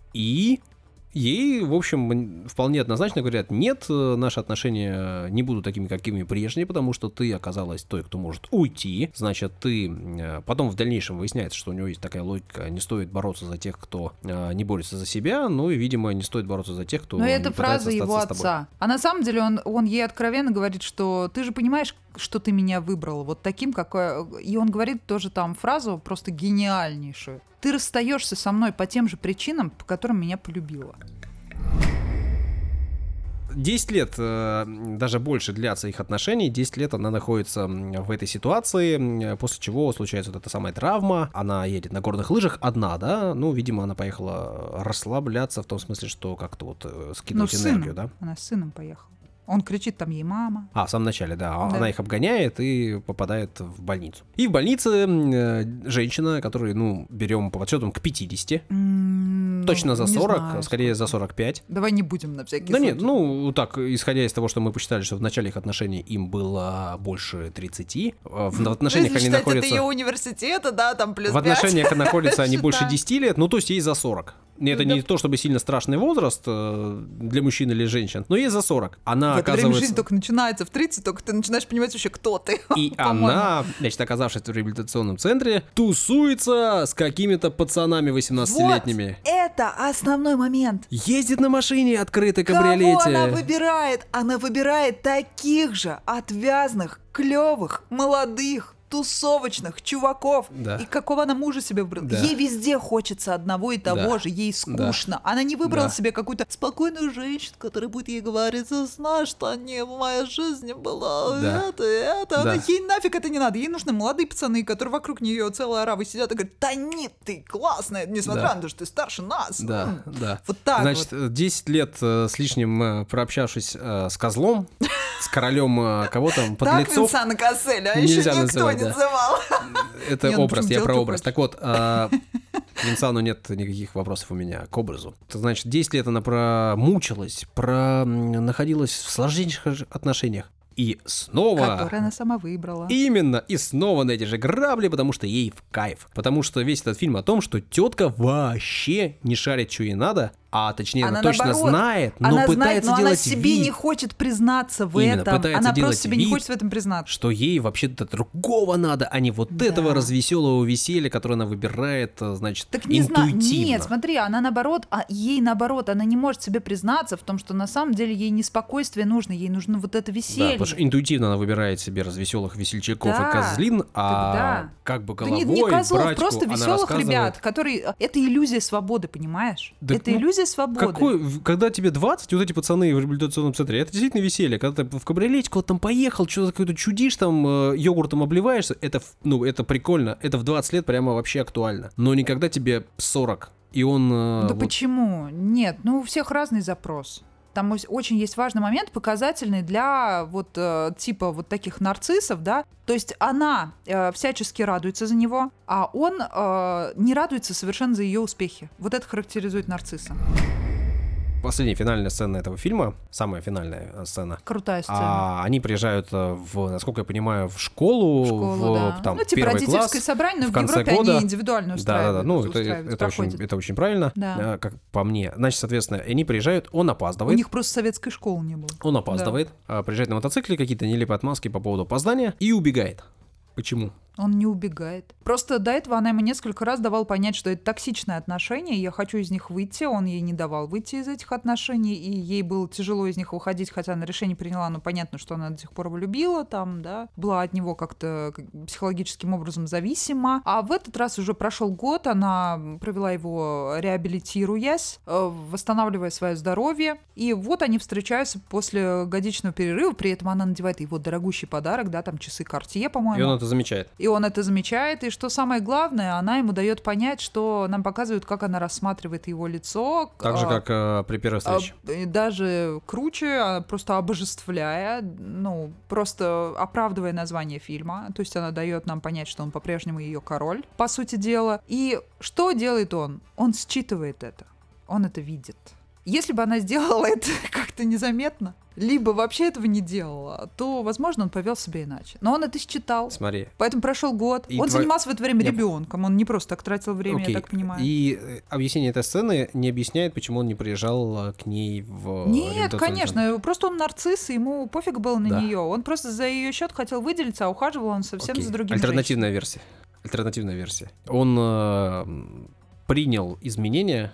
и ей, в общем, вполне однозначно говорят: нет, наши отношения не будут такими, какими прежние, потому что ты оказалась той, кто может уйти. Значит, ты... Потом в дальнейшем выясняется, что у него есть такая логика: не стоит бороться за тех, кто не борется за себя, ну и, видимо, не стоит бороться за тех, кто Но не это фраза его отца. А на самом деле он, он ей откровенно говорит, что ты же понимаешь, что ты меня выбрал вот таким, какой... И он говорит тоже там фразу просто гениальнейшую: ты расстаешься со мной по тем же причинам, по которым меня полюбила. десять лет, даже больше длятся их отношения, десять лет она находится в этой ситуации, после чего случается вот эта самая травма, она едет на горных лыжах одна, да, ну, видимо, она поехала расслабляться в том смысле, что как-то вот скидывать ну, энергию, сыном. да. Она с сыном поехала. Он кричит там ей: мама. А, в самом начале, да. да. Она их обгоняет и попадает в больницу. И в больнице э, женщина, которую, ну, берем по подсчетам к пятидесяти. Mm, Точно за сорок, знаю, скорее сколько. за сорок пять. Давай не будем на всякий Да случай. нет, ну, так, исходя из того, что мы посчитали, что в начале их отношений им было больше тридцати. В отношениях они находятся... это ее университета, да, там плюс В отношениях пять. находятся они больше десяти лет, ну, то есть ей за сорок. Это не то чтобы сильно страшный возраст для мужчин или женщин, но ей за сорок. Она в это оказывается... время жизнь только начинается, в тридцать только ты начинаешь понимать вообще, кто ты. И она, значит, оказавшись в реабилитационном центре, тусуется с какими-то пацанами восемнадцатилетними. Вот это основной момент. Ездит на машине открытой кабриолете. Кого она выбирает? Она выбирает таких же отвязных, клевых, молодых, тусовочных чуваков. Да. И какого она мужа себе выбрала? Да. Ей везде хочется одного и того Да. же, ей скучно. Да. Она не выбрала да. себе какую-то спокойную женщину, которая будет ей говорить: знаешь, что не в моей жизни было да. это, это. Да. Она, ей нафиг это не надо. Ей нужны молодые пацаны, которые вокруг нее целая орава сидят и говорят: да нет, ты классная, несмотря да. на то, что ты старше нас. Да, М-м. да. Вот так Значит, вот. десять лет э, с лишним э, прообщавшись э, с козлом, с королем э, кого там, подлецов. Так Винсана Касселя, а еще никто называть, не да. называл. Это Нет, образ, ну, я про ты образ. хочешь. Так вот, а, к Винсану нет никаких вопросов у меня к образу. Это значит, десять лет она промучилась, про... находилась в сложнейших отношениях. И снова... Которую она сама выбрала. Именно, и снова на эти же грабли, потому что ей в кайф. Потому что весь этот фильм о том, что тетка вообще не шарит, что ей надо, а точнее она, Она точно наоборот, знает, но она пытается знает, но делать она себе вид, не хочет признаться в Именно, этом. пытается Она делать просто себе вид, не хочет в этом признаться. что ей вообще-то другого надо, а не вот Да. этого развеселого веселья, которое она выбирает, значит, Так не знаю. интуитивно. Нет, смотри, она наоборот, а ей наоборот, она не может себе признаться в том, что на самом деле ей не спокойствие нужно, ей нужно вот это Да, веселье. потому что интуитивно она выбирает себе развеселых весельчаков Да, и козлин, а тогда. как бы Да головой не, не козлов, братьку просто она веселых рассказывает- ребят, которые... Это иллюзия свободы, понимаешь? Да это ну, иллюзия свободы. Какой, в- когда тебе двадцать, вот эти пацаны в реабилитационном центре, это действительно веселье. Когда ты в кабриолете куда-то там поехал, что-то какое-то чудишь, там э, йогуртом обливаешься, это, в- ну, это прикольно, это в двадцать лет прямо вообще актуально. Но не когда тебе сорок, и он... э, Да вот- почему? Нет, ну у всех разный запрос. Там ос- очень есть важный момент, показательный для вот э, типа вот таких нарциссов, да. То есть она э, всячески радуется за него, а он э, не радуется совершенно за ее успехи. Вот это характеризует нарцисса. Последняя финальная сцена этого фильма, самая финальная э, сцена, Крутая сцена. а они приезжают, э, в, насколько я понимаю, в школу, В школу, в, да. там, Ну, типа первый родительское класс. собрание, но в в, конце Европе года. они индивидуально устраивают. Да-да-да, ну, это, устраивают, это, очень, проходят. это очень правильно, Да. э, как по мне. Значит, соответственно, они приезжают, он У опаздывает. них просто советской школы не было. Он опаздывает, а, приезжает на мотоцикле, какие-то нелепые отмазки по поводу опоздания и убегает. Почему? Он не убегает. Просто до этого она ему несколько раз давала понять, что это токсичные отношения, я хочу из них выйти. Он ей не давал выйти из этих отношений, и ей было тяжело из них выходить, хотя она решение приняла, но понятно, что она до сих пор его любила, там, да, была от него как-то как- психологическим образом зависима. А в этот раз уже прошел год, она провела его реабилитируясь, э, восстанавливая свое здоровье, и вот они встречаются после годичного перерыва, при этом она надевает его дорогущий подарок, да, там часы Cartier, по-моему. И он это замечает. И он это замечает, и что самое главное, она ему дает понять, что нам показывают, как она рассматривает его лицо. Так же, а, как э, при первой а, встрече. и даже круче, а, просто обожествляя, ну, просто оправдывая название фильма. То есть она дает нам понять, что он по-прежнему ее король, по сути дела. И что делает он? Он считывает это. Он это видит. Если бы она сделала это как-то незаметно, либо вообще этого не делала, то, возможно, он повел себя иначе. Но он это считал. Смотри. Поэтому прошел год. И он твой- занимался в это время Я- ребенком. Он не просто так тратил время, Окей. я так понимаю. И э, объяснение этой сцены не объясняет, почему он не приезжал э, к ней в Нет, реабилитационный конечно, центр. просто он нарцисс, и ему пофиг было на Да. нее. Он просто за ее счет хотел выделиться, а ухаживал он совсем Окей. за другим Альтернативная версия. Альтернативная версия. Он э, принял изменения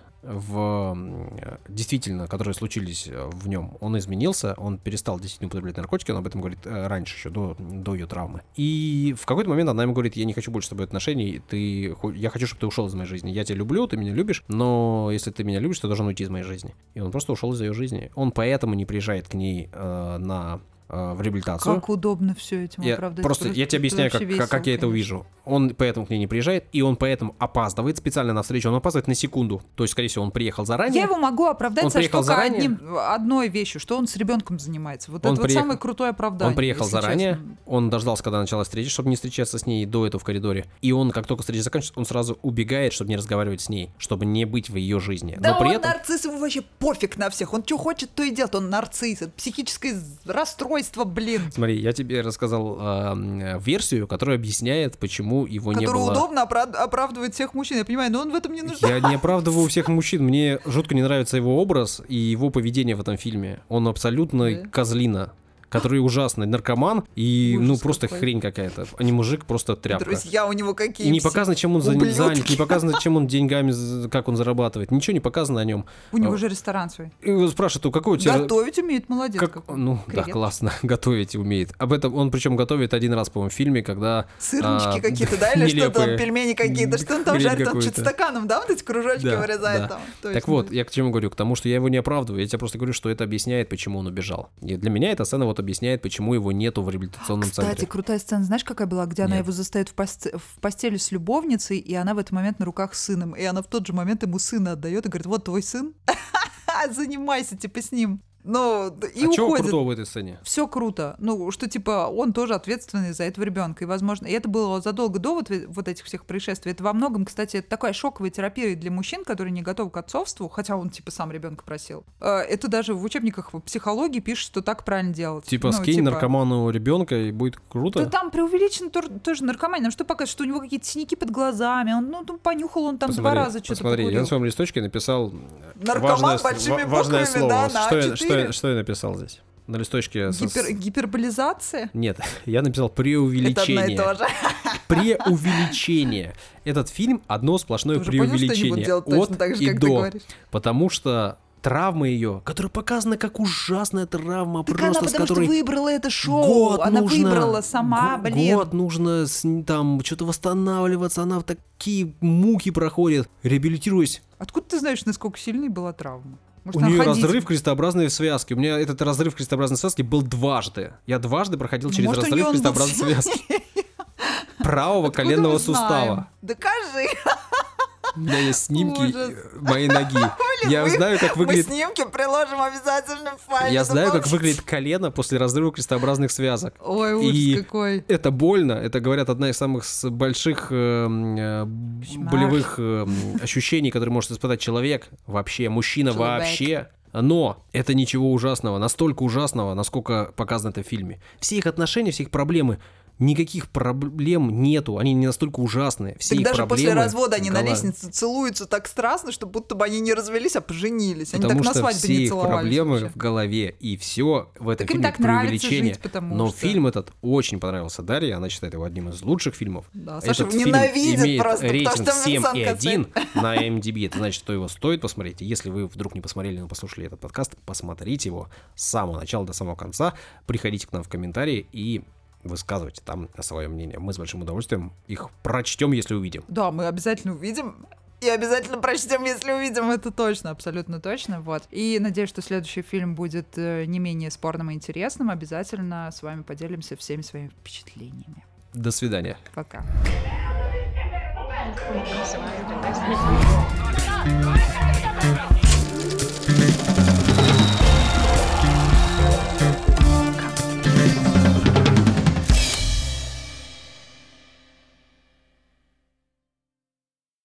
в э, действительно, которые случились э, в нем. Он изменился, он перестал действительно употреблять наркотики, он об этом говорит э, раньше еще, до, до ее травмы. И в какой-то момент она ему говорит: я не хочу больше с тобой отношений, ты, хо- я хочу, чтобы ты ушел из моей жизни. Я тебя люблю, ты меня любишь, но если ты меня любишь, ты должен уйти из моей жизни. И он просто ушел из ее жизни. Он поэтому не приезжает к ней э, на э, в реабилитацию. Как удобно все этим Я оправдать. просто, я тебе объясняю, как, вообще как, как я это весело, увижу. Он поэтому к ней не приезжает, и он поэтому опаздывает специально на встречу. Он опаздывает на секунду. То есть, скорее всего, он приехал заранее. Я его могу оправдать, Он Саш, приехал только заранее. одним, одной вещью, что он с ребенком занимается. Вот Он это вот приехал- самое крутое оправдание. Он приехал если заранее, честно. он дождался, когда началась встреча, чтобы не встречаться с ней до этого в коридоре. И он, как только встреча заканчивается, он сразу убегает, чтобы не разговаривать с ней, чтобы не быть в ее жизни. Да Но при он этом... нарцисс, ему вообще пофиг на всех. Он что хочет, то и делает. Он нарцисс. Это психическое расстройство, блин. Смотри, я тебе рассказал э, версию, которая объясняет, почему его не Который было... удобно опра- оправдывает всех мужчин. Я понимаю, но он в этом не нуждается. Я не оправдываю всех мужчин, мне жутко не нравится его образ и его поведение в этом фильме. Он абсолютно Да. козлина, который ужасный наркоман и, Ужас ну, просто какой. хрень какая-то. А не мужик, просто тряпка. Друзья у него какие И не все. показано, чем он за- ублюдки. занят, не показано, чем он деньгами, з- как он зарабатывает. Ничего не показано о нем. У него А, же ресторан свой. И вот спрашивают, у какой у тебя... Готовить умеет, молодец. Как... какой. Ну, да, Креветки. классно, готовить умеет. Об этом он причем готовит один раз, по-моему, в фильме, когда... Сырнички а, какие-то, да, или что там, нелепые. пельмени какие-то, что он там Хрень жарит, он какую-то. что-то стаканом, да, вот эти кружочки Да, вырезает да. там. Так Точно. вот, я к чему говорю? К тому, что я его не оправдываю. Я тебе просто говорю, что это объясняет, почему он убежал. И для меня эта сцена вот объясняет, почему его нету в реабилитационном Кстати, центре. крутая сцена, знаешь, какая была, где она Нет. его застает в, посте- в постели с любовницей, и она в этот момент на руках с сыном, и она в тот же момент ему сына отдает и говорит: вот твой сын, занимайся типа с ним. Ну, и а уходит. чего крутого в этой сцене? Все круто. Ну, что типа он тоже ответственный за этого ребенка. И, возможно, и это было задолго до вот, вот этих всех происшествий. Это во многом, кстати, это такая шоковая терапия для мужчин, которые не готовы к отцовству, хотя он типа сам ребенка просил. Это даже в учебниках психологии пишут, что так правильно делать. Типа, ну, скинь типа... наркоману ребенка и будет круто. Да там преувеличено тоже наркомания. Нам что показывает, что у него какие-то синяки под глазами. Он, ну, ну понюхал он там посмотри, два раза что-то Посмотри, покурил. я на своем листочке написал наркоман важное, большими важное буквами, слово. да, на что, А четыре. я, что, я, что я написал здесь? На листочке... Гипер, со... Гиперболизация? Нет, я написал преувеличение. Это одно и то же. Преувеличение. Этот фильм одно сплошное ты уже понял, преувеличение. что они будут делать точно от так же, и как до. ты говоришь? Потому что травма ее, которая показана как ужасная травма, так просто она с потому которой что выбрала это шоу, год она нужно, выбрала сама, г- блин. Год нужно с, там что-то восстанавливаться, она в такие муки проходит, реабилитируясь. Откуда ты знаешь, насколько сильной была травма? Может, У она нее ходить- разрыв крестообразной связки. У меня этот разрыв крестообразной связки был дважды. Я дважды проходил через Может, у разрыв неё он был крестообразной связки. Правого Откуда коленного мы знаем? сустава. Докажи. У меня есть снимки Ужас. моей ноги. Я мы- знаю, как выглядит... Мы снимки приложим обязательно в файле. Я знаю, как запомните. выглядит колено после разрыва крестообразных связок. Ой, ужас И какой. это больно. Это, говорят, одна из самых с- больших э, э, Кошмар. болевых э, ощущений, которые может испытать человек. Вообще, мужчина Человек. вообще. Но это ничего ужасного. Настолько ужасного, насколько показано это в фильме. Все их отношения, все их проблемы... Никаких проблем нету, они не настолько ужасные. Все Так их даже проблемы после развода они на голова- лестнице целуются так страстно, что будто бы они не развелись, а поженились. Они Потому так на что свадьбе все не их целовались проблемы вообще. в голове, и все в этом Так им фильме так нравится преувеличение. жить, потому Но что- фильм этот очень понравился Дарье, она считает его одним из лучших фильмов. Да, Саша Этот его фильм ненавидит имеет просто, потому рейтинг что семь и Винсент один на эм ди би. Это значит, что его стоит посмотреть. И если вы вдруг не посмотрели, но послушали этот подкаст, посмотрите его с самого начала до самого конца. Приходите к нам в комментарии и высказывайте там свое мнение. Мы с большим удовольствием их прочтем, если увидим. Да, мы обязательно увидим. И обязательно прочтем, если увидим, это точно, абсолютно точно. Вот. И надеюсь, что следующий фильм будет э, не менее спорным и интересным. Обязательно с вами поделимся всеми своими впечатлениями. До свидания. Пока. Right.